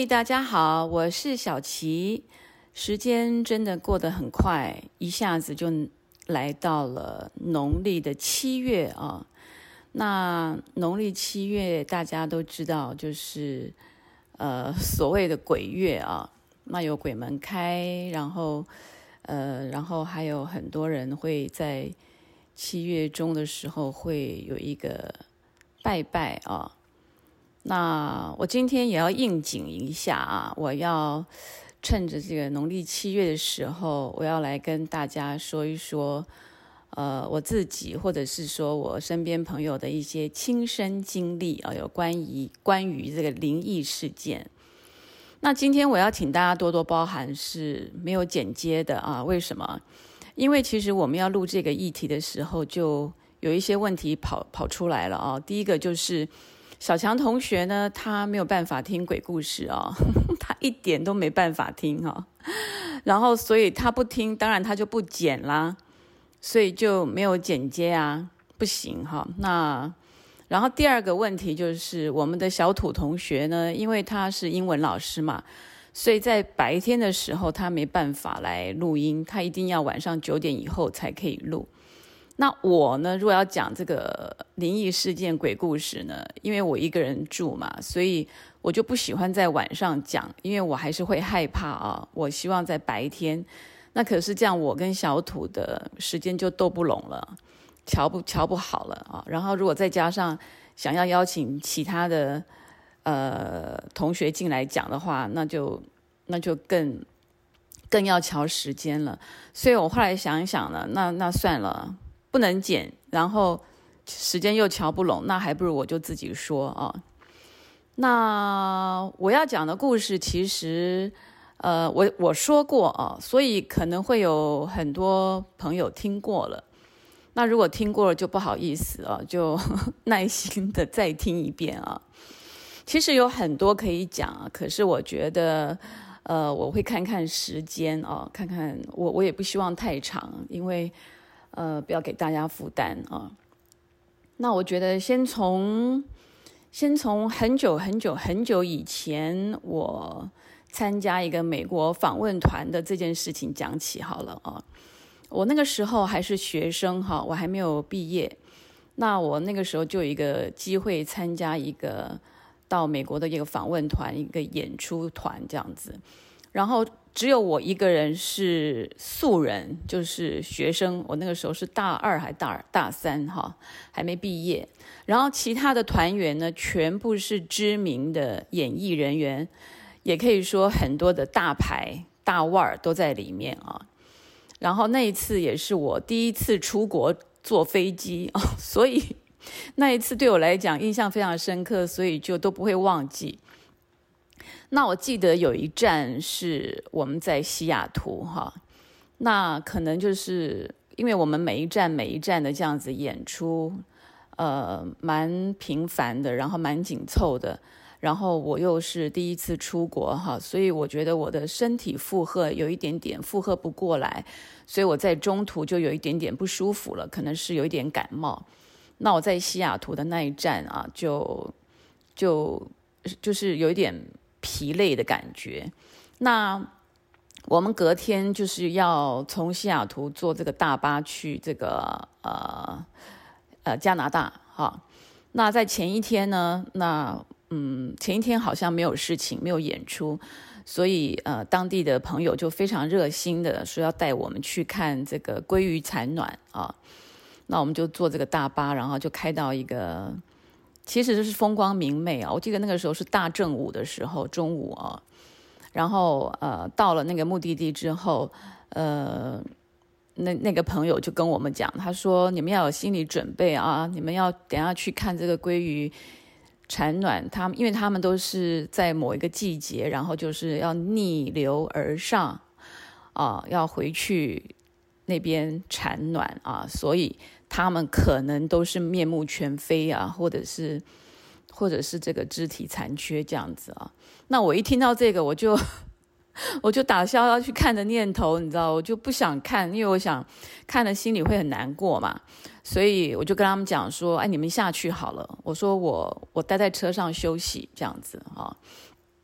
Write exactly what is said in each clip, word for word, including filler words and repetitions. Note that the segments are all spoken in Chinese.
大家好，我是小琪。时间真的过得很快，一下子就来到了农历的七月啊。那农历七月大家都知道，就是呃所谓的鬼月啊。那有鬼门开，然后呃，然后还有很多人会在七月中的时候会有一个拜拜啊。那我今天也要应景一下啊，我要趁着这个农历七月的时候，我要来跟大家说一说，呃，我自己或者是说我身边朋友的一些亲身经历啊，有关于关于这个灵异事件。那今天我要请大家多多包涵，是没有剪接的啊。为什么？因为其实我们要录这个议题的时候，就有一些问题跑跑出来了啊。第一个就是小强同学呢，他没有办法听鬼故事啊、哦，他一点都没办法听哈、哦。然后所以他不听，当然他就不剪啦，所以就没有剪接啊，不行哈、哦。那然后第二个问题就是我们的小土同学呢，因为他是英文老师嘛，所以在白天的时候他没办法来录音，他一定要晚上九点以后才可以录。那我呢，如果要讲这个灵异事件、鬼故事呢，因为我一个人住嘛，所以我就不喜欢在晚上讲，因为我还是会害怕啊。我希望在白天，那可是这样，我跟小土的时间就斗不拢了，瞧不瞧不好了啊。然后如果再加上想要邀请其他的呃同学进来讲的话，那就那就更更要瞧时间了。所以我后来想一想呢，那那算了。不能剪，然后时间又瞧不拢，那还不如我就自己说啊。那我要讲的故事，其实呃，我我说过啊，所以可能会有很多朋友听过了。那如果听过了，就不好意思啊，就耐心的再听一遍啊。其实有很多可以讲啊，可是我觉得呃，我会看看时间啊，看看我我也不希望太长，因为。呃，不要给大家负担啊。那我觉得先从先从很久很久很久以前，我参加一个美国访问团的这件事情讲起好了啊。我那个时候还是学生哈，我还没有毕业。那我那个时候就有一个机会参加一个到美国的一个访问团，一个演出团这样子，然后。只有我一个人是素人，就是学生。我那个时候是大二还大二大三哈，还没毕业。然后其他的团员呢，全部是知名的演艺人员，也可以说很多的大牌大腕儿都在里面啊。然后那一次也是我第一次出国坐飞机啊，所以那一次对我来讲印象非常深刻，所以就都不会忘记。那我记得有一站是我们在西雅图哈，那可能就是因为我们每一站每一站的这样子演出，呃，蛮频繁的，然后蛮紧凑的，然后我又是第一次出国哈，所以我觉得我的身体负荷有一点点负荷不过来，所以我在中途就有一点点不舒服了，可能是有一点感冒。那我在西雅图的那一站啊，就就就是有一点。疲累的感觉。那我们隔天就是要从西雅图坐这个大巴去这个呃呃加拿大哈。那在前一天呢，那嗯前一天好像没有事情，没有演出，所以呃当地的朋友就非常热心的说要带我们去看这个鲑鱼产卵啊。那我们就坐这个大巴，然后就开到一个。其实就是风光明媚啊！我记得那个时候是大正午的时候，中午啊，然后呃到了那个目的地之后，呃那那个朋友就跟我们讲，他说你们要有心理准备啊，你们要等一下去看这个鲑鱼产卵，他们因为他们都是在某一个季节，然后就是要逆流而上啊，要回去那边产卵啊，所以。他们可能都是面目全非啊，或者是或者是这个肢体残缺这样子啊。那我一听到这个，我就我就打消要去看的念头，你知道，我就不想看，因为我想看了心里会很难过嘛。所以我就跟他们讲说，哎，你们下去好了。我说我我待在车上休息这样子啊。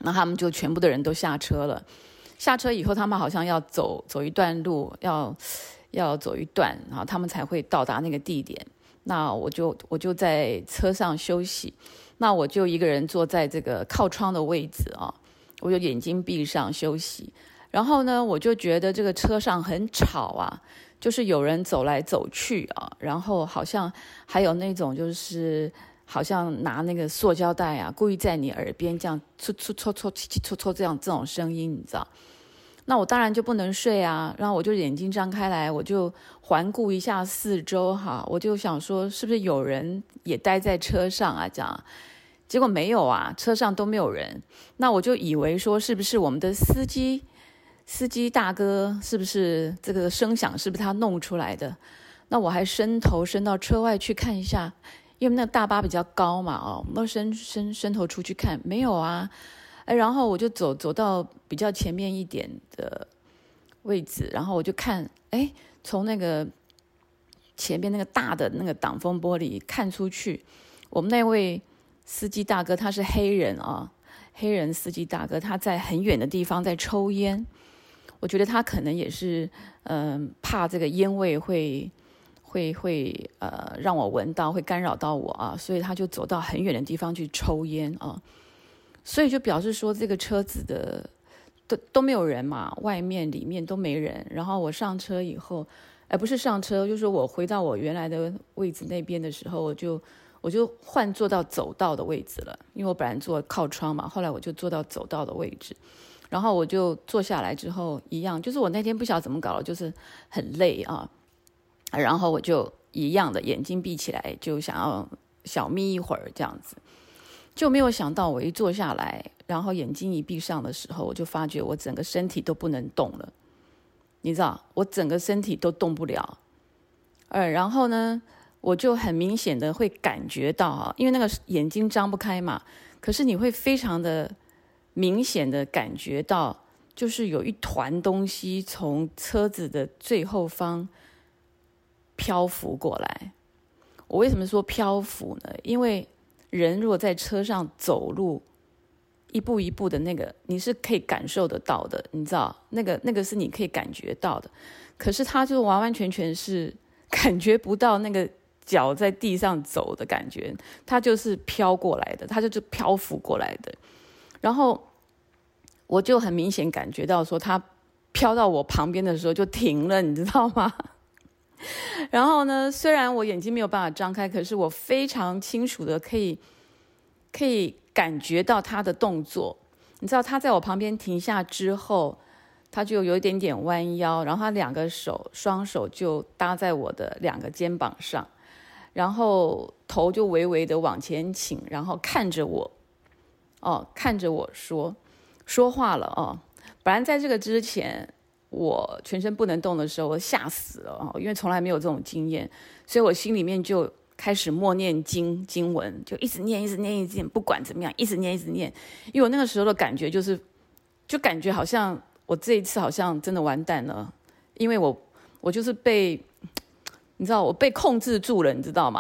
那他们就全部的人都下车了。下车以后，他们好像要走走一段路，要要走一段，然后他们才会到达那个地点。那我就我就在车上休息，那我就一个人坐在这个靠窗的位置啊，我就眼睛闭上休息。然后呢，我就觉得这个车上很吵啊，就是有人走来走去啊，然后好像还有那种就是好像拿那个塑胶袋啊，故意在你耳边这样搓搓搓搓搓搓搓这样这种声音，你知道？那我当然就不能睡啊，然后我就眼睛张开来，我就环顾一下四周哈，我就想说是不是有人也待在车上啊这样，结果没有啊，车上都没有人。那我就以为说是不是我们的司机司机大哥是不是这个声响是不是他弄出来的？那我还伸头伸到车外去看一下，因为那个大巴比较高嘛，哦，我伸伸伸头出去看，没有啊。哎，然后我就走走到比较前面一点的位置，然后我就看，哎，从那个前面那个大的那个挡风玻璃看出去，我们那位司机大哥他是黑人啊，黑人司机大哥他在很远的地方在抽烟，我觉得他可能也是，嗯、呃，怕这个烟味会会会呃让我闻到，会干扰到我啊，所以他就走到很远的地方去抽烟啊。所以就表示说这个车子的都都没有人嘛，外面里面都没人。然后我上车以后，哎，不是上车，就是说我回到我原来的位置那边的时候，我就我就换坐到走道的位置了，因为我本来坐靠窗嘛，后来我就坐到走道的位置。然后我就坐下来之后，一样，就是我那天不晓得怎么搞了，就是很累啊，然后我就一样的眼睛闭起来，就想要小眯一会儿这样子。就没有想到我一坐下来，然后眼睛一闭上的时候，我就发觉我整个身体都不能动了，你知道，我整个身体都动不了。呃，然后呢，我就很明显的会感觉到啊，因为那个眼睛张不开嘛，可是你会非常的明显的感觉到，就是有一团东西从车子的最后方漂浮过来。我为什么说漂浮呢？因为人如果在车上走路，一步一步的那个，你是可以感受得到的，你知道，那个那个是你可以感觉到的。可是他就完完全全是感觉不到那个脚在地上走的感觉，他就是飘过来的，他就是漂浮过来的。然后我就很明显感觉到说，他飘到我旁边的时候就停了，你知道吗？然后呢，虽然我眼睛没有办法张开，可是我非常清楚的可以可以感觉到他的动作。你知道他在我旁边停下之后，他就有一点点弯腰，然后他两个手双手就搭在我的两个肩膀上，然后头就微微的往前倾，然后看着我，哦，看着我说说话了哦。本来在这个之前，我全身不能动的时候，我吓死了，因为从来没有这种经验，所以我心里面就开始默念经经文，就一直念，一直念，一直念，不管怎么样，一直念，一直念。因为我那个时候的感觉就是，就感觉好像我这一次好像真的完蛋了，因为我我就是被，你知道，我被控制住了，你知道吗？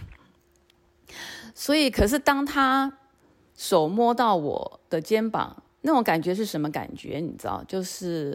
所以，可是当他手摸到我的肩膀，那种感觉是什么感觉？你知道，就是。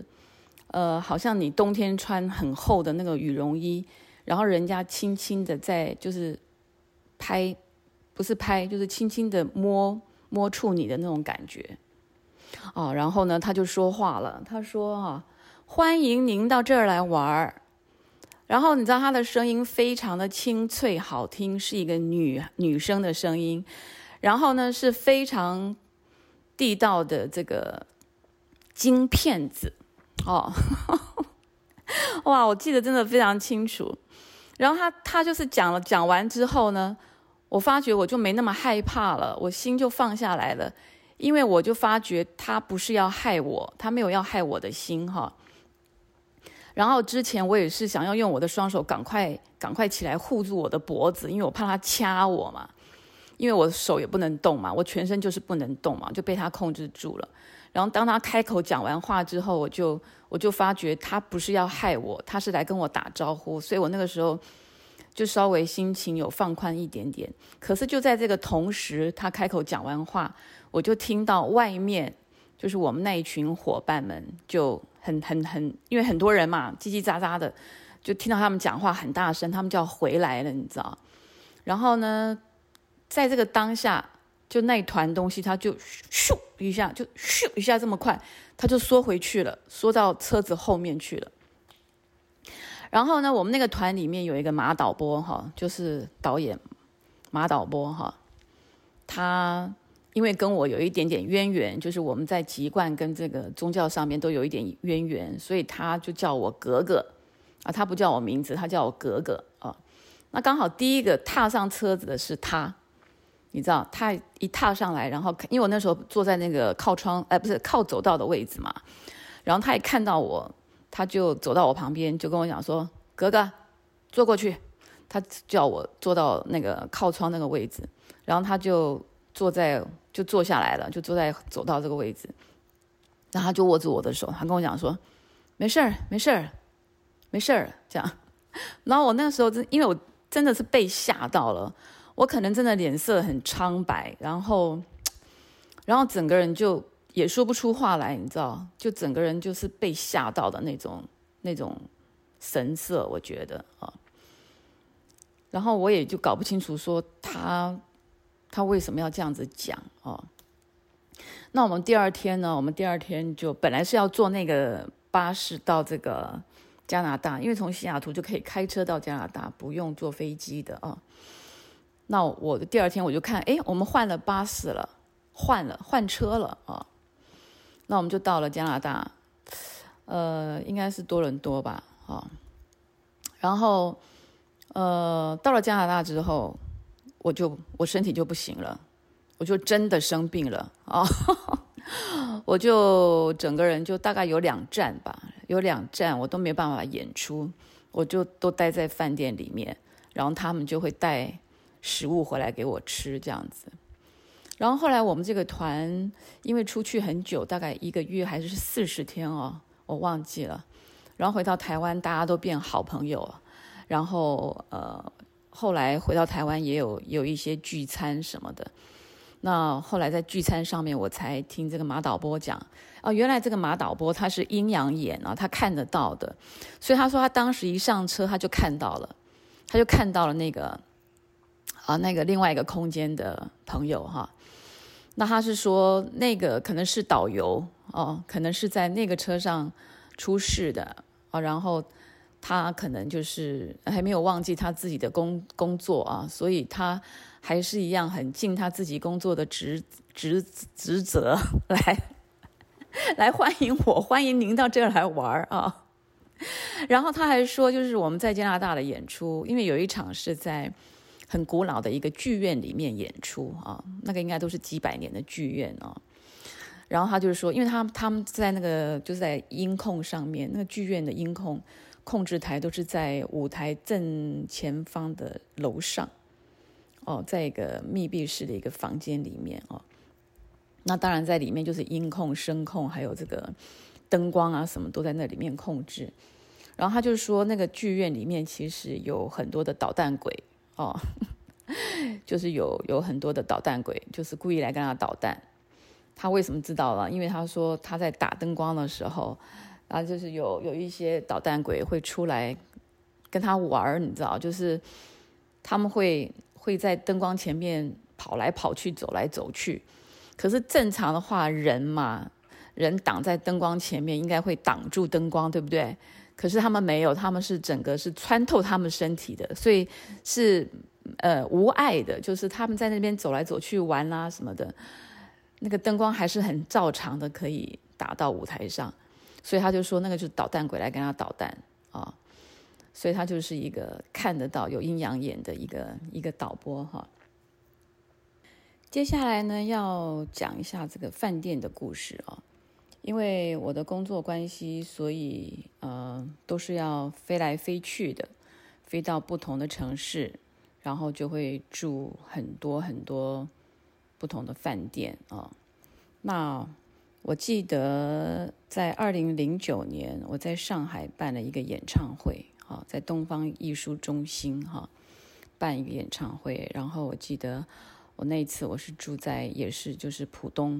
呃，好像你冬天穿很厚的那个羽绒衣，然后人家轻轻的在就是拍，不是拍，就是轻轻的摸摸触你的那种感觉。哦，然后呢，他就说话了，他说啊，欢迎您到这儿来玩。然后你知道他的声音非常的清脆好听，是一个女女生的声音，然后呢是非常地道的这个京片子。哦，哇！我记得真的非常清楚。然后他他就是讲了，讲完之后呢，我发觉我就没那么害怕了，我心就放下来了，因为我就发觉他不是要害我，他没有要害我的心哈。然后之前我也是想要用我的双手赶快赶快起来护住我的脖子，因为我怕他掐我嘛，因为我的手也不能动嘛，我全身就是不能动嘛，就被他控制住了。然后当他开口讲完话之后，我就我就发觉他不是要害我，他是来跟我打招呼，所以我那个时候就稍微心情有放宽一点点。可是就在这个同时，他开口讲完话，我就听到外面就是我们那一群伙伴们就很很很，因为很多人嘛，叽叽喳喳的，就听到他们讲话很大声，他们就要回来了，你知道？然后呢，在这个当下，就那一团东西，它就咻一下，就咻一下这么快，它就缩回去了，缩到车子后面去了。然后呢，我们那个团里面有一个马导播哈，就是导演马导播哈，他因为跟我有一点点渊源，就是我们在籍贯跟这个宗教上面都有一点渊源，所以他就叫我格格啊，他不叫我名字，他叫我格格啊。那刚好第一个踏上车子的是他，你知道，他一踏上来，然后因为我那时候坐在那个靠窗，哎，不是靠走道的位置嘛，然后他一看到我。他就走到我旁边，就跟我讲说：“格格，坐过去。”他叫我坐到那个靠窗那个位置，然后他就坐在就坐下来了，就坐在走到这个位置。然后他就握住我的手，他跟我讲说：“没事儿，没事儿，没事儿。”这样。然后我那个时候真因为我真的是被吓到了，我可能真的脸色很苍白，然后，然后整个人就。也说不出话来，你知道，就整个人就是被吓到的那种那种神色，我觉得啊。然后我也就搞不清楚说他他为什么要这样子讲哦。那我们第二天呢，我们第二天就本来是要坐那个巴士到这个加拿大，因为从西雅图就可以开车到加拿大，不用坐飞机的啊。那我的第二天我就看，哎，我们换了巴士了，换了换车了啊。那我们就到了加拿大，呃，应该是多伦多吧，啊，然后，呃，到了加拿大之后，我就我身体就不行了，我就真的生病了啊，我就整个人就大概有两站吧，有两站我都没办法演出，我就都待在饭店里面，然后他们就会带食物回来给我吃，这样子。然后后来我们这个团因为出去很久，大概一个月还是四十天哦，我忘记了。然后回到台湾，大家都变好朋友了。然后呃，后来回到台湾也有有一些聚餐什么的。那后来在聚餐上面，我才听这个马导播讲，哦，原来这个马导播他是阴阳眼啊，他看得到的。所以他说他当时一上车他就看到了，他就看到了那个啊那个另外一个空间的朋友哈。那他是说那个可能是导游哦，可能是在那个车上出事的啊、哦，然后他可能就是还没有忘记他自己的工工作啊，所以他还是一样很尽他自己工作的职职职责来来欢迎我，欢迎您到这儿来玩啊。然后他还说，就是我们在加拿大的演出，因为有一场是在。很古老的一个剧院里面演出啊，那个应该都是几百年的剧院啊。然后他就是说，因为他他们在那个就是在音控上面，那个剧院的音控控制台都是在舞台正前方的楼上哦，在一个密闭式的一个房间里面哦。那当然在里面就是音控、声控，还有这个灯光啊什么都在那里面控制。然后他就说，那个剧院里面其实有很多的捣蛋鬼。哦，就是有有很多的捣蛋鬼，就是故意来跟他捣蛋。他为什么知道了？因为他说他在打灯光的时候，然后就是有有一些捣蛋鬼会出来跟他玩，你知道，就是他们会会在灯光前面跑来跑去，走来走去。可是正常的话，人嘛，人挡在灯光前面，应该会挡住灯光，对不对？可是他们没有，他们是整个是穿透他们身体的，所以是呃无碍的，就是他们在那边走来走去玩啊什么的，那个灯光还是很照常的可以打到舞台上，所以他就说那个就是捣蛋鬼来跟他捣蛋啊，所以他就是一个看得到有阴阳眼的一个一个导播哈。接下来呢，要讲一下这个饭店的故事啊。因为我的工作关系，所以呃都是要飞来飞去的，飞到不同的城市，然后就会住很多很多不同的饭店啊。那我记得在二零零九年，我在上海办了一个演唱会啊，在东方艺术中心哈、啊、办一个演唱会，然后我记得我那一次我是住在也是就是浦东。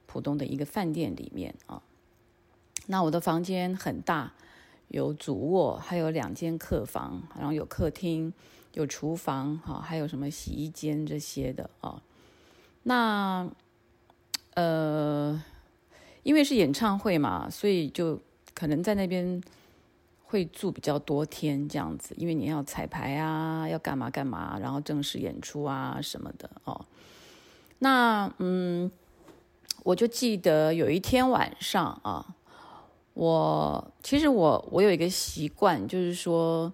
浦东的一个饭店里面啊。那我的房间很大，有主卧，还有两间客房，然后有客厅，有厨房，还有什么洗衣间这些的啊。那呃，因为是演唱会嘛，所以就可能在那边会住比较多天这样子，因为你要彩排啊，要干嘛干嘛，然后正式演出啊什么的哦。那嗯，我就记得有一天晚上啊。我其实我我有一个习惯，就是说，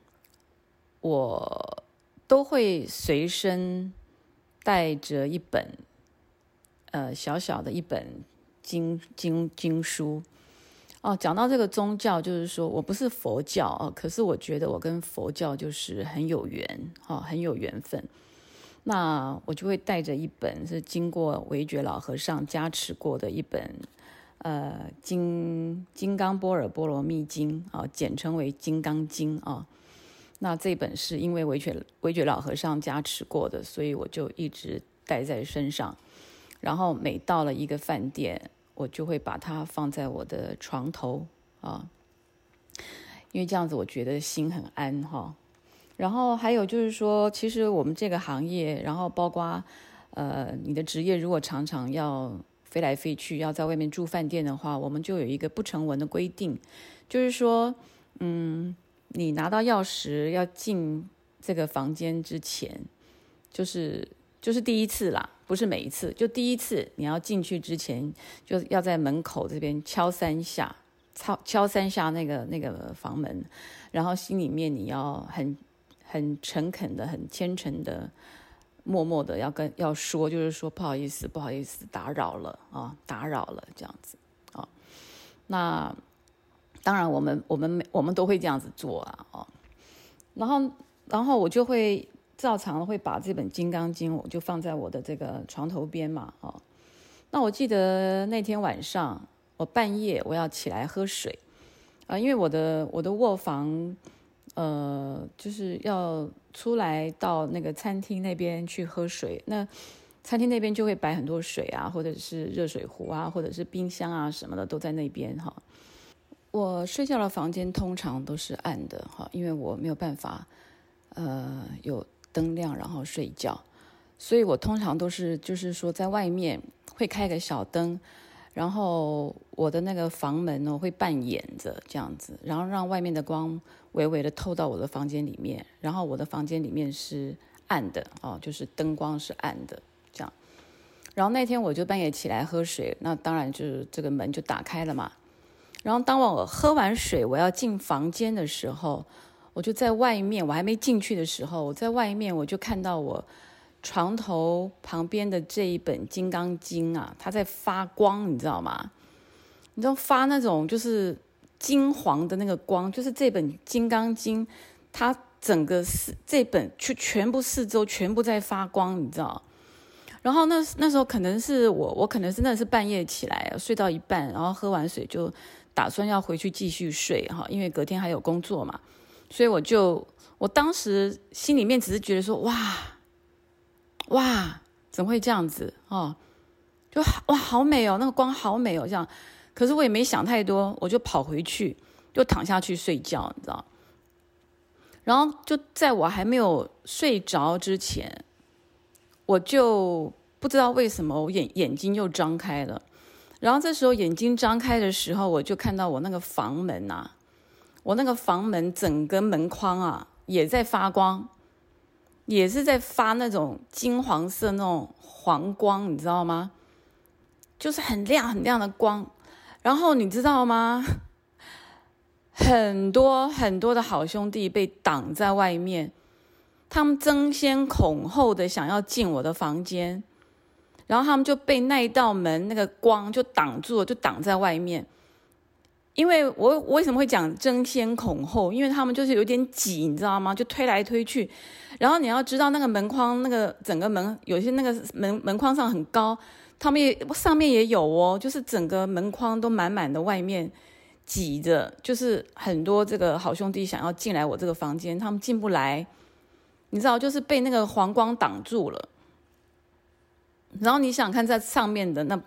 我都会随身带着一本，呃，小小的一本经经经书。哦，讲到这个宗教，就是说我不是佛教哦，可是我觉得我跟佛教就是很有缘，哦，很有缘分。那我就会带着一本是经过韦觉老和尚加持过的一本。呃，金金刚般若波罗蜜经啊，简称为金刚经啊。那这本是因为韦觉韦觉老和尚加持过的，所以我就一直带在身上。然后每到了一个饭店，我就会把它放在我的床头啊，因为这样子我觉得心很安哈。然后还有就是说，其实我们这个行业，然后包括呃你的职业，如果常常要飞来飞去，要在外面住饭店的话，我们就有一个不成文的规定，就是说，嗯，你拿到钥匙要进这个房间之前，就是就是第一次啦，不是每一次，就第一次你要进去之前，就要在门口这边敲三下，敲敲三下那个那个房门，然后心里面你要很很诚恳的、很虔诚的。默默的要跟要说，就是说不好意思，不好意思，打扰了啊，打扰了这样子啊。那当然，我们我们我们都会这样子做啊，哦。然后然后我就会照常会把这本《金刚经》，我就放在我的这个床头边嘛，哦。那我记得那天晚上，我半夜我要起来喝水啊，因为我的我的卧房。呃，就是要出来到那个餐厅那边去喝水，那餐厅那边就会摆很多水啊，或者是热水壶啊，或者是冰箱啊什么的都在那边哈。我睡觉的房间通常都是暗的哈，因为我没有办法呃有灯亮然后睡觉，所以我通常都是就是说在外面会开个小灯。然后我的那个房门呢会半掩着这样子，然后让外面的光微微的透到我的房间里面，然后我的房间里面是暗的哦，就是灯光是暗的这样。然后那天我就半夜起来喝水，那当然就是这个门就打开了嘛。然后当我喝完水我要进房间的时候，我就在外面，我还没进去的时候，我在外面我就看到我床头旁边的这一本《金刚经》啊，它在发光，你知道吗？你知道发那种就是金黄的那个光，就是这本《金刚经》，它整个四这本就全部四周全部在发光，你知道？然后那那时候可能是我，我可能真的是半夜起来睡到一半，然后喝完水就打算要回去继续睡哈，因为隔天还有工作嘛，所以我就我当时心里面只是觉得说哇。哇，怎么会这样子哦？就哇，好美哦，那个光好美哦，这样。可是我也没想太多，我就跑回去，就躺下去睡觉，你知道。然后就在我还没有睡着之前，我就不知道为什么我眼眼睛又张开了。然后这时候眼睛张开的时候，我就看到我那个房门啊，我那个房门整个门框啊也在发光。也是在发那种金黄色那种黄光，你知道吗？就是很亮很亮的光。然后你知道吗？很多很多的好兄弟被挡在外面，他们争先恐后的想要进我的房间，然后他们就被那一道门那个光就挡住了，就挡在外面。因为我我为什么会讲争先恐后？因为他们就是有点挤，你知道吗？就推来推去。然后你要知道那个门框，那个整个门有些那个门门框上很高，他们也上面也有哦，就是整个门框都满满的，外面挤着，就是很多这个好兄弟想要进来我这个房间，他们进不来，你知道，就是被那个黄光挡住了。然后你想看在上面的那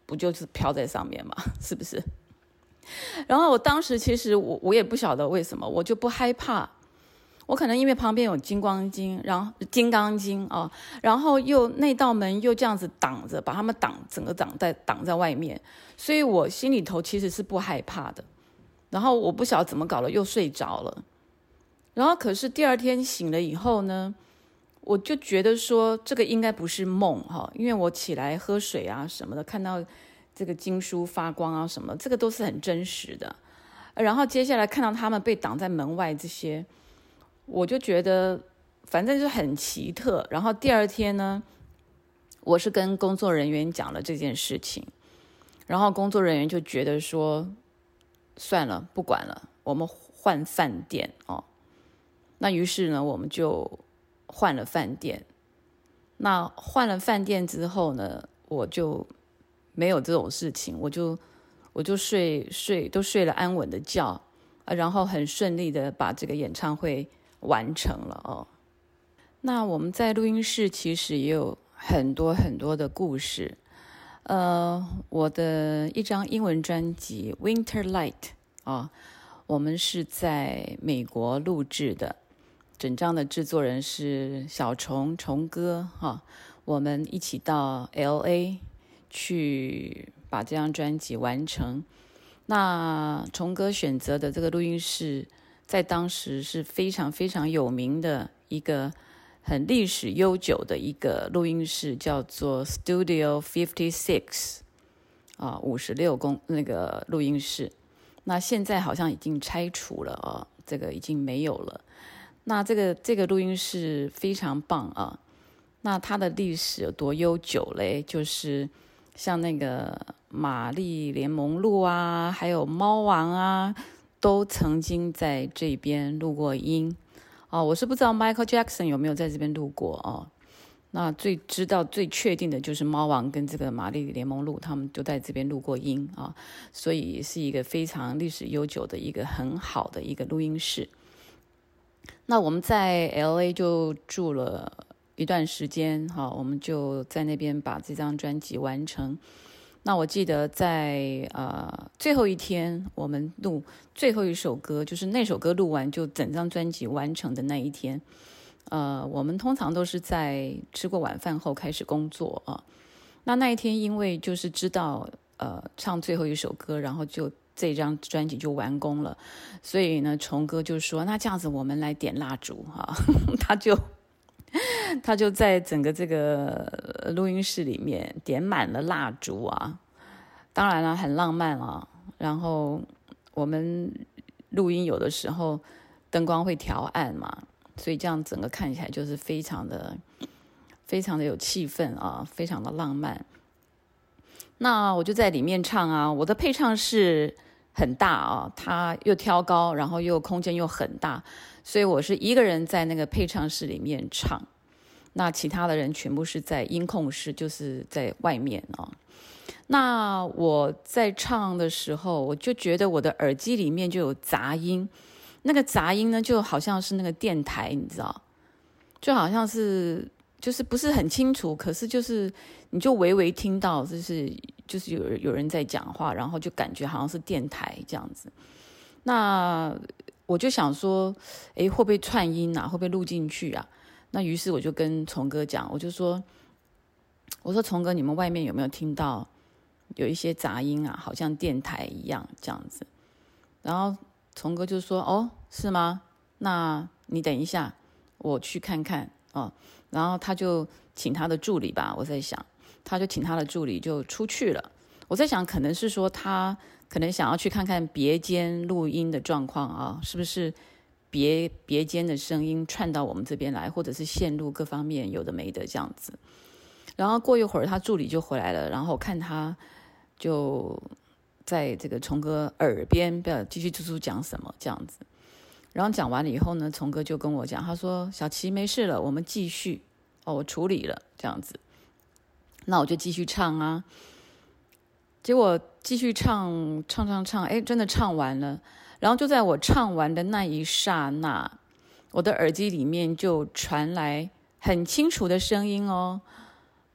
不就是飘在上面吗？是不是？然后我当时其实我我也不晓得为什么，我就不害怕。我可能因为旁边有金光经，然后金刚经啊，然后又那道门又这样子挡着，把他们挡整个挡在挡在外面，所以我心里头其实是不害怕的。然后我不晓得怎么搞了，又睡着了。然后可是第二天醒了以后呢，我就觉得说这个应该不是梦哈，因为我起来喝水啊什么的，看到这个经书发光啊什么，这个都是很真实的。然后接下来看到他们被挡在门外这些，我就觉得反正就很奇特。然后第二天呢，我是跟工作人员讲了这件事情，然后工作人员就觉得说算了，不管了，我们换饭店哦。那于是呢，我们就换了饭店。那换了饭店之后呢，我就没有这种事情，我就我就睡睡都睡了安稳的觉，然后很顺利的把这个演唱会完成了哦。那我们在录音室其实也有很多很多的故事。呃，我的一张英文专辑《Winter Light》啊，我们是在美国录制的。整张的制作人是小虫虫哥哈，我们一起到 L A 去把这张专辑完成。那虫哥选择的这个录音室，在当时是非常非常有名的一个很历史悠久的一个录音室，叫做 Studio fifty-six 啊，五十六公那个录音室。那现在好像已经拆除了啊，这个已经没有了。那这个这个录音室非常棒啊！那它的历史有多悠久嘞？就是像那个玛丽莲梦露啊，还有猫王啊，都曾经在这边录过音哦。我是不知道 Michael Jackson 有没有在这边录过哦。那最知道最确定的就是猫王跟这个玛丽莲梦露他们就在这边录过音啊，所以是一个非常历史悠久的一个很好的一个录音室。那我们在 L A 就住了一段时间，哈，我们就在那边把这张专辑完成。那我记得在呃最后一天，我们录最后一首歌，就是那首歌录完就整张专辑完成的那一天，呃，我们通常都是在吃过晚饭后开始工作啊。那那一天因为就是知道呃唱最后一首歌，然后就这张专辑就完工了，所以呢，虫哥就说：“那这样子，我们来点蜡烛哈。”他就他就在整个这个录音室里面点满了蜡烛啊，当然了，很浪漫啊。然后我们录音有的时候灯光会调暗嘛，所以这样整个看起来就是非常的、非常的有气氛啊，非常的浪漫。那我就在里面唱啊，我的配唱是很大啊，它又挑高，然后又空间又很大，所以我是一个人在那个配唱室里面唱，那其他的人全部是在音控室，就是在外面啊。那我在唱的时候，我就觉得我的耳机里面就有杂音，那个杂音呢，就好像是那个电台，你知道，就好像是就是不是很清楚，可是就是你就微微听到，就是就是有有人在讲话，然后就感觉好像是电台这样子。那我就想说，诶，会不会串音啊？会不会录进去啊？那于是我就跟虫哥讲，我就说，我说虫哥，你们外面有没有听到有一些杂音啊？好像电台一样这样子。然后虫哥就说，哦，是吗？那你等一下，我去看看哦。然后他就请他的助理吧，我在想，他就请他的助理就出去了。我在想，可能是说他可能想要去看看别间录音的状况啊，是不是别别间的声音串到我们这边来，或者是线路各方面有的没的这样子。然后过一会儿，他助理就回来了，然后看他就在这个虫哥耳边，不要继续突突讲什么这样子。然后讲完了以后呢，虫哥就跟我讲，他说：“小琪没事了，我们继续。”哦，我处理了这样子，那我就继续唱啊。结果继续唱，唱唱唱，哎，真的唱完了。然后就在我唱完的那一刹那，我的耳机里面就传来很清楚的声音哦，不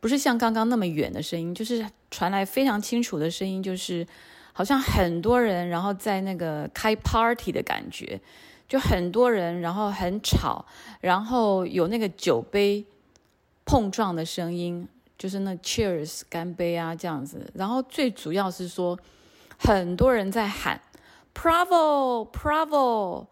不是像刚刚那么远的声音，就是传来非常清楚的声音，就是好像很多人，然后在那个开 party 的感觉，就很多人，然后很吵，然后有那个酒杯碰撞的声音，就是那 cheers 干杯啊这样子。然后最主要是说，很多人在喊 Bravo Bravo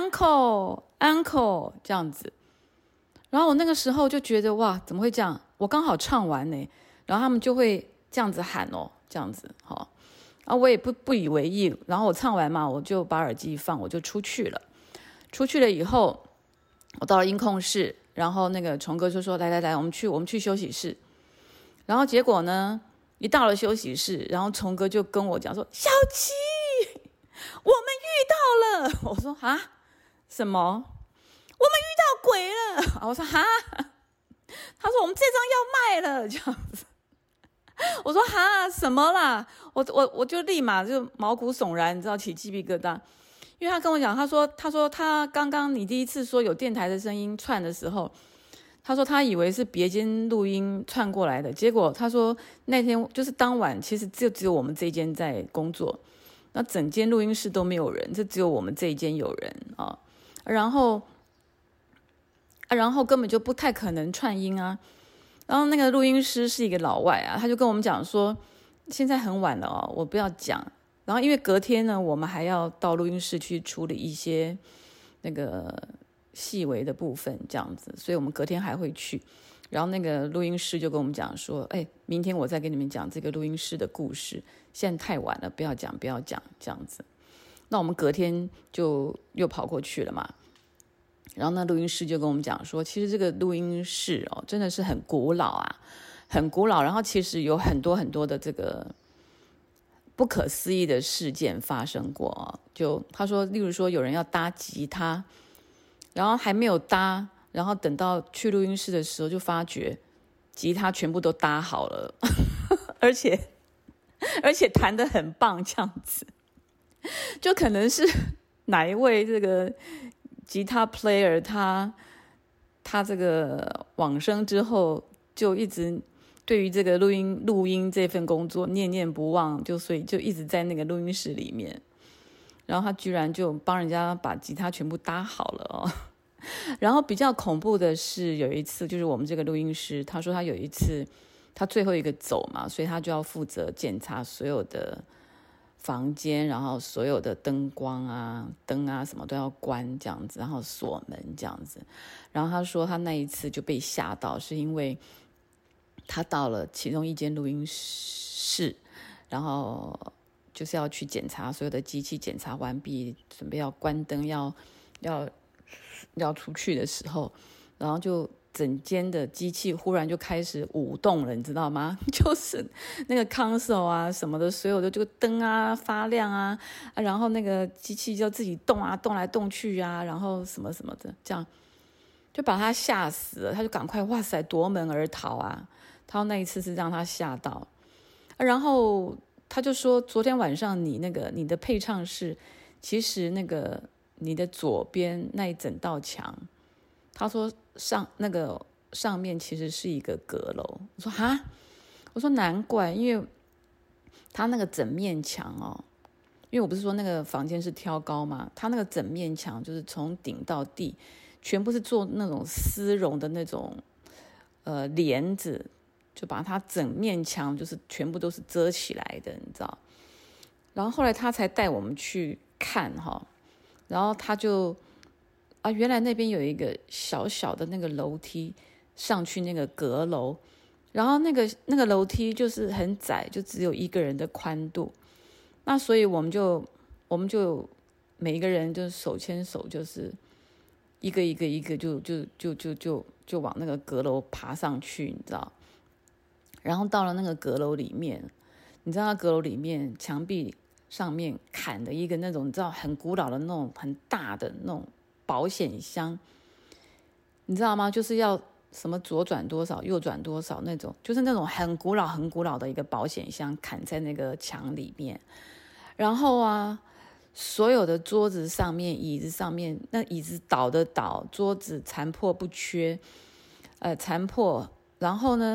Uncle Uncle 这样子。然后我那个时候就觉得哇，怎么会这样？我刚好唱完呢，然后他们就会这样子喊哦，这样子好。然后我也不不以为意，然后我唱完嘛，我就把耳机一放，我就出去了。出去了以后，我到了音控室，然后那个崇哥就说：“来来来，我们去我们去休息室。”然后结果呢，一到了休息室，然后崇哥就跟我讲说：“小琪，我们遇到了。”我说：“啊，什么？我们遇到鬼了？”我说：“哈。”他说：“我们这张要卖了。”这样子。我说：“哈，什么啦？”我我我就立马就毛骨悚然，你知道，起鸡皮疙瘩。因为他跟我讲，他说他说他刚刚你第一次说有电台的声音串的时候，他说他以为是别间录音串过来的，结果他说那天就是当晚，其实就只有我们这一间在工作，那整间录音室都没有人，就只有我们这一间有人啊。然后啊，然后根本就不太可能串音啊。然后那个录音师是一个老外啊，他就跟我们讲说，现在很晚了哦，我不要讲。然后因为隔天呢，我们还要到录音室去处理一些那个细微的部分，这样子，所以我们隔天还会去。然后那个录音师就跟我们讲说，哎，明天我再跟你们讲这个录音室的故事，现在太晚了，不要讲，不要讲，这样子。那我们隔天就又跑过去了嘛。然后那录音师就跟我们讲说，其实这个录音室哦，真的是很古老啊，很古老。然后其实有很多很多的这个不可思议的事件发生过哦。就他说，例如说有人要搭吉他，然后还没有搭，然后等到去录音室的时候，就发觉吉他全部都搭好了，而且而且弹得很棒，这样子。就可能是哪一位这个吉他 player 他他这个往生之后，就一直对于这个录音录音这份工作念念不忘，就所以就一直在那个录音室里面。然后他居然就帮人家把吉他全部搭好了哦。然后比较恐怖的是有一次，就是我们这个录音师他说他有一次他最后一个走嘛，所以他就要负责检查所有的房间，然后所有的灯光啊灯啊什么都要关这样子，然后锁门这样子。然后他说他那一次就被吓到，是因为他到了其中一间录音室，然后就是要去检查所有的机器，检查完毕准备要关灯要要要出去的时候，然后就整间的机器忽然就开始舞动了，你知道吗？就是那个 console 啊什么的，所有的这个灯啊发亮啊，啊然后那个机器就自己动啊，动来动去啊，然后什么什么的，这样就把他吓死了。他就赶快哇塞夺门而逃啊！他那一次是让他吓到，啊、然后他就说，昨天晚上你那个你的配唱室，其实那个你的左边那一整道墙。他说上那个上面其实是一个阁楼。我说哈，我说难怪，因为他那个整面墙哦，因为我不是说那个房间是挑高嘛，他那个整面墙就是从顶到地，全部是做那种丝绒的那种呃帘子，就把它整面墙就是全部都是遮起来的，你知道。然后后来他才带我们去看哈，然后他就。啊，原来那边有一个小小的那个楼梯上去那个阁楼，然后那个那个楼梯就是很窄，就只有一个人的宽度。那所以我们就我们就每一个人就手牵手，就是一个一个一个就就就就就就往那个阁楼爬上去，你知道。然后到了那个阁楼里面，你知道那阁楼里面墙壁上面砍的一个那种你知道很古老的那种很大的那种保险箱，你知道吗？就是要什么左转多少右转多少那种，就是那种很古老很古老的一个保险箱砍在那个墙里面。然后啊，所有的桌子上面椅子上面，那椅子倒的倒，桌子残破不缺，呃残破。然后呢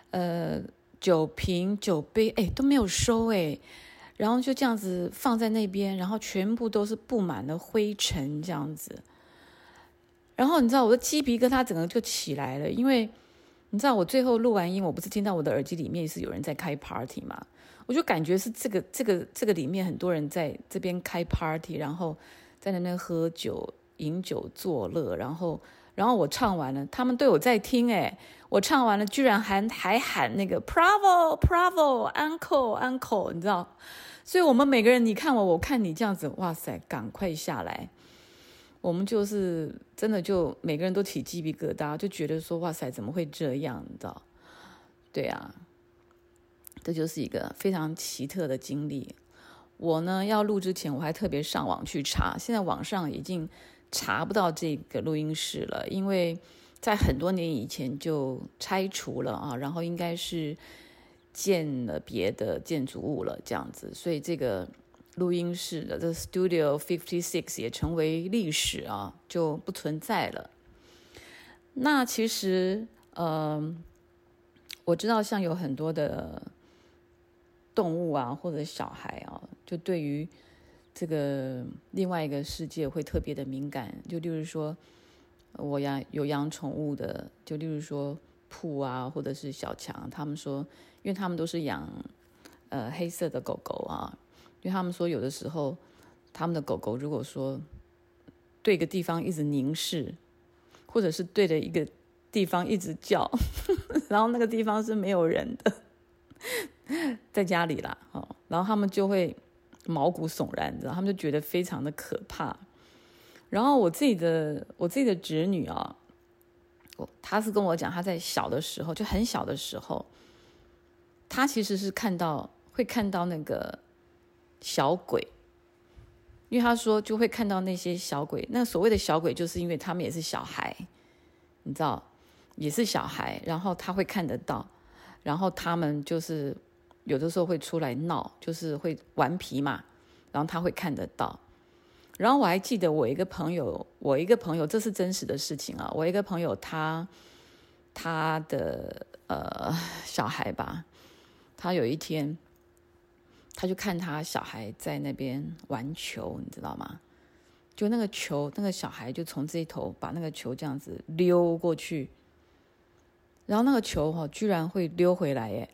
呃酒瓶酒杯哎都没有收哎，然后就这样子放在那边，然后全部都是布满了灰尘这样子。然后你知道我的鸡皮疙瘩整个就起来了，因为你知道我最后录完音，我不是听到我的耳机里面是有人在开 party 嘛，我就感觉是这个这个这个里面很多人在这边开 party， 然后在那边喝酒饮酒作乐，然后然后我唱完了，他们都有在听哎，我唱完了居然还还喊那个 Bravo Bravo Uncle Uncle， 你知道，所以我们每个人你看我我看你这样子，哇塞，赶快下来。我们就是真的就每个人都起鸡皮疙瘩，就觉得说哇塞怎么会这样，你知道？对啊，这就是一个非常奇特的经历。我呢要录之前我还特别上网去查，现在网上已经查不到这个录音室了，因为在很多年以前就拆除了啊，然后应该是建了别的建筑物了这样子，所以这个录音室的这 Studio fifty-six 也成为历史啊，就不存在了。那其实呃，我知道像有很多的动物啊或者小孩啊，就对于这个另外一个世界会特别的敏感，就例如说我养有养宠物的，就例如说铺啊或者是小强，他们说因为他们都是养呃黑色的狗狗啊，因为他们说有的时候他们的狗狗如果说对一个地方一直凝视，或者是对着一个地方一直叫然后那个地方是没有人的在家里啦、哦、然后他们就会毛骨悚然，你知道，他们就觉得非常的可怕。然后我自己的我自己的侄女啊，她是跟我讲，她在小的时候就很小的时候，她其实是看到会看到那个小鬼，因为她说就会看到那些小鬼，那所谓的小鬼就是因为他们也是小孩，你知道，也是小孩，然后他会看得到，然后他们就是有的时候会出来闹，就是会顽皮嘛，然后他会看得到。然后我还记得我一个朋友，我一个朋友，这是真实的事情啊。我一个朋友他，他他的呃小孩吧，他有一天，他就看他小孩在那边玩球，你知道吗？就那个球，那个小孩就从这一头把那个球这样子溜过去，然后那个球哈、哦，居然会溜回来耶！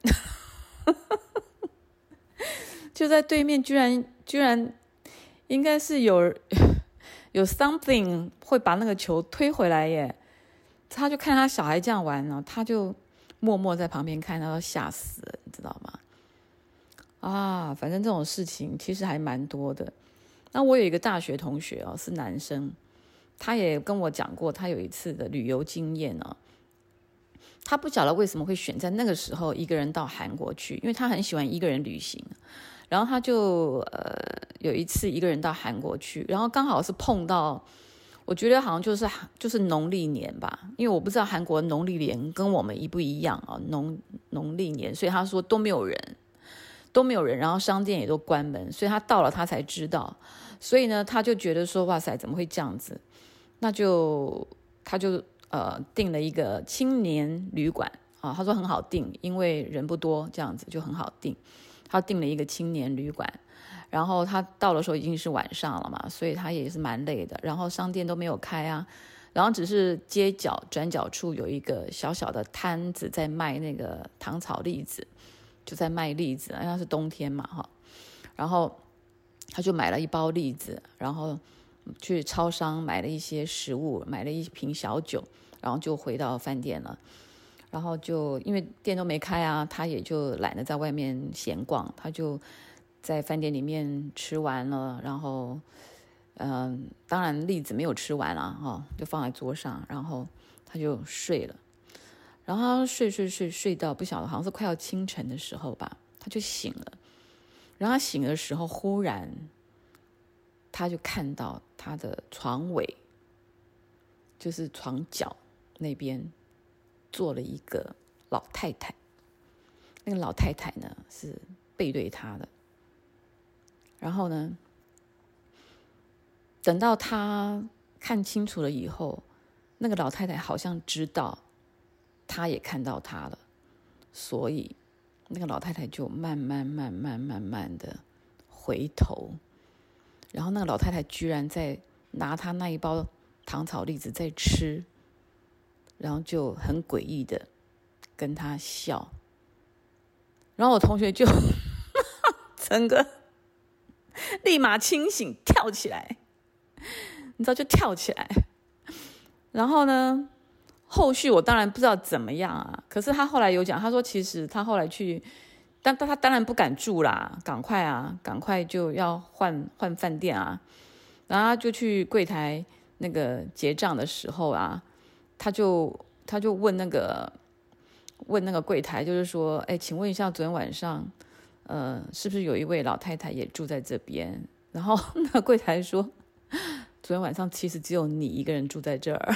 就在对面，居然居然。应该是有有 something 会把那个球推回来耶，他就看他小孩这样玩呢，他就默默在旁边看，他都吓死了，你知道吗？啊，反正这种事情其实还蛮多的。那我有一个大学同学哦，是男生，他也跟我讲过他有一次的旅游经验哦。他不晓得为什么会选在那个时候一个人到韩国去，因为他很喜欢一个人旅行。然后他就呃有一次一个人到韩国去，然后刚好是碰到，我觉得好像就是就是农历年吧，因为我不知道韩国农历年跟我们一不一样啊，农农历年，所以他说都没有人，都没有人，然后商店也都关门，所以他到了他才知道，所以呢他就觉得说哇塞怎么会这样子，那就他就呃订了一个青年旅馆啊，他说很好订，因为人不多，这样子就很好订。他订了一个青年旅馆，然后他到的时候已经是晚上了嘛，所以他也是蛮累的，然后商店都没有开啊，然后只是街角转角处有一个小小的摊子在卖那个糖炒栗子，就在卖栗子，因为是冬天嘛哈，然后他就买了一包栗子，然后去超商买了一些食物，买了一瓶小酒，然后就回到饭店了。然后就因为店都没开啊，他也就懒得在外面闲逛，他就在饭店里面吃完了，然后嗯、呃，当然栗子没有吃完啊、哦、就放在桌上，然后他就睡了。然后他睡睡睡睡到不晓得好像是快要清晨的时候吧，他就醒了。然后他醒的时候，忽然他就看到他的床尾，就是床角那边坐了一个老太太，那个老太太呢是背对他的，然后呢，等到他看清楚了以后，那个老太太好像知道他也看到他了， 所以那个老太太就慢慢慢慢慢慢的回头，然后那个老太太居然在拿她那一包糖炒栗子在吃，然后就很诡异的跟她笑，然后我同学就整个立马清醒跳起来，你知道就跳起来，然后呢后续我当然不知道怎么样啊，可是他后来有讲，他说其实他后来去，但他当然不敢住啦，赶快啊，赶快就要换换饭店啊，然后他就去柜台那个结账的时候啊，他就他就问那个问那个柜台，就是说，哎，请问一下，昨天晚上，呃，是不是有一位老太太也住在这边？然后那个柜台说，昨天晚上其实只有你一个人住在这儿，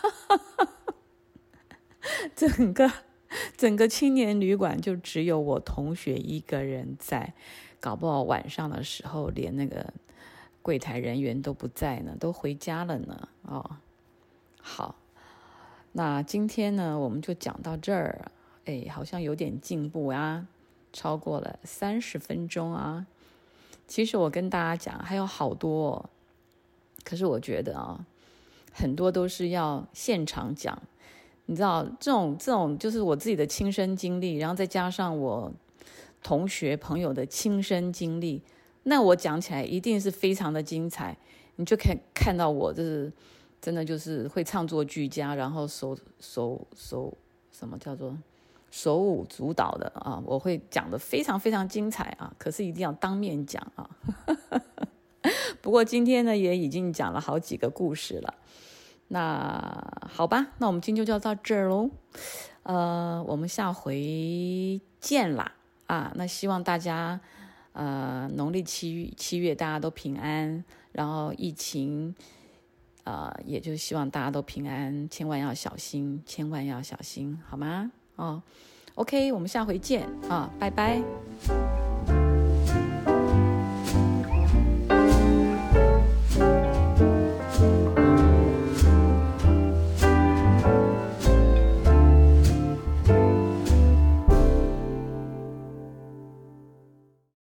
整个整个青年旅馆就只有我同学一个人在，搞不好晚上的时候连那个柜台人员都不在呢，都回家了呢。哦，好。那今天呢，我们就讲到这儿，哎，好像有点进步啊，超过了三十分钟啊。其实我跟大家讲，还有好多哦，可是我觉得啊，很多都是要现场讲。你知道，这种这种就是我自己的亲身经历，然后再加上我同学朋友的亲身经历，那我讲起来一定是非常的精彩。你就可以看到我就是真的就是会唱作俱佳，然后手手手什么叫做手舞足蹈的啊，我会讲得非常非常精彩啊，可是一定要当面讲啊。不过今天呢，也已经讲了好几个故事了。那好吧，那我们今天就到这儿咯。呃，我们下回见啦啊！那希望大家呃农历七七月大家都平安，然后疫情呃也就希望大家都平安，千万要小心，千万要小心，好吗？哦 ，OK， 我们下回见啊，拜拜。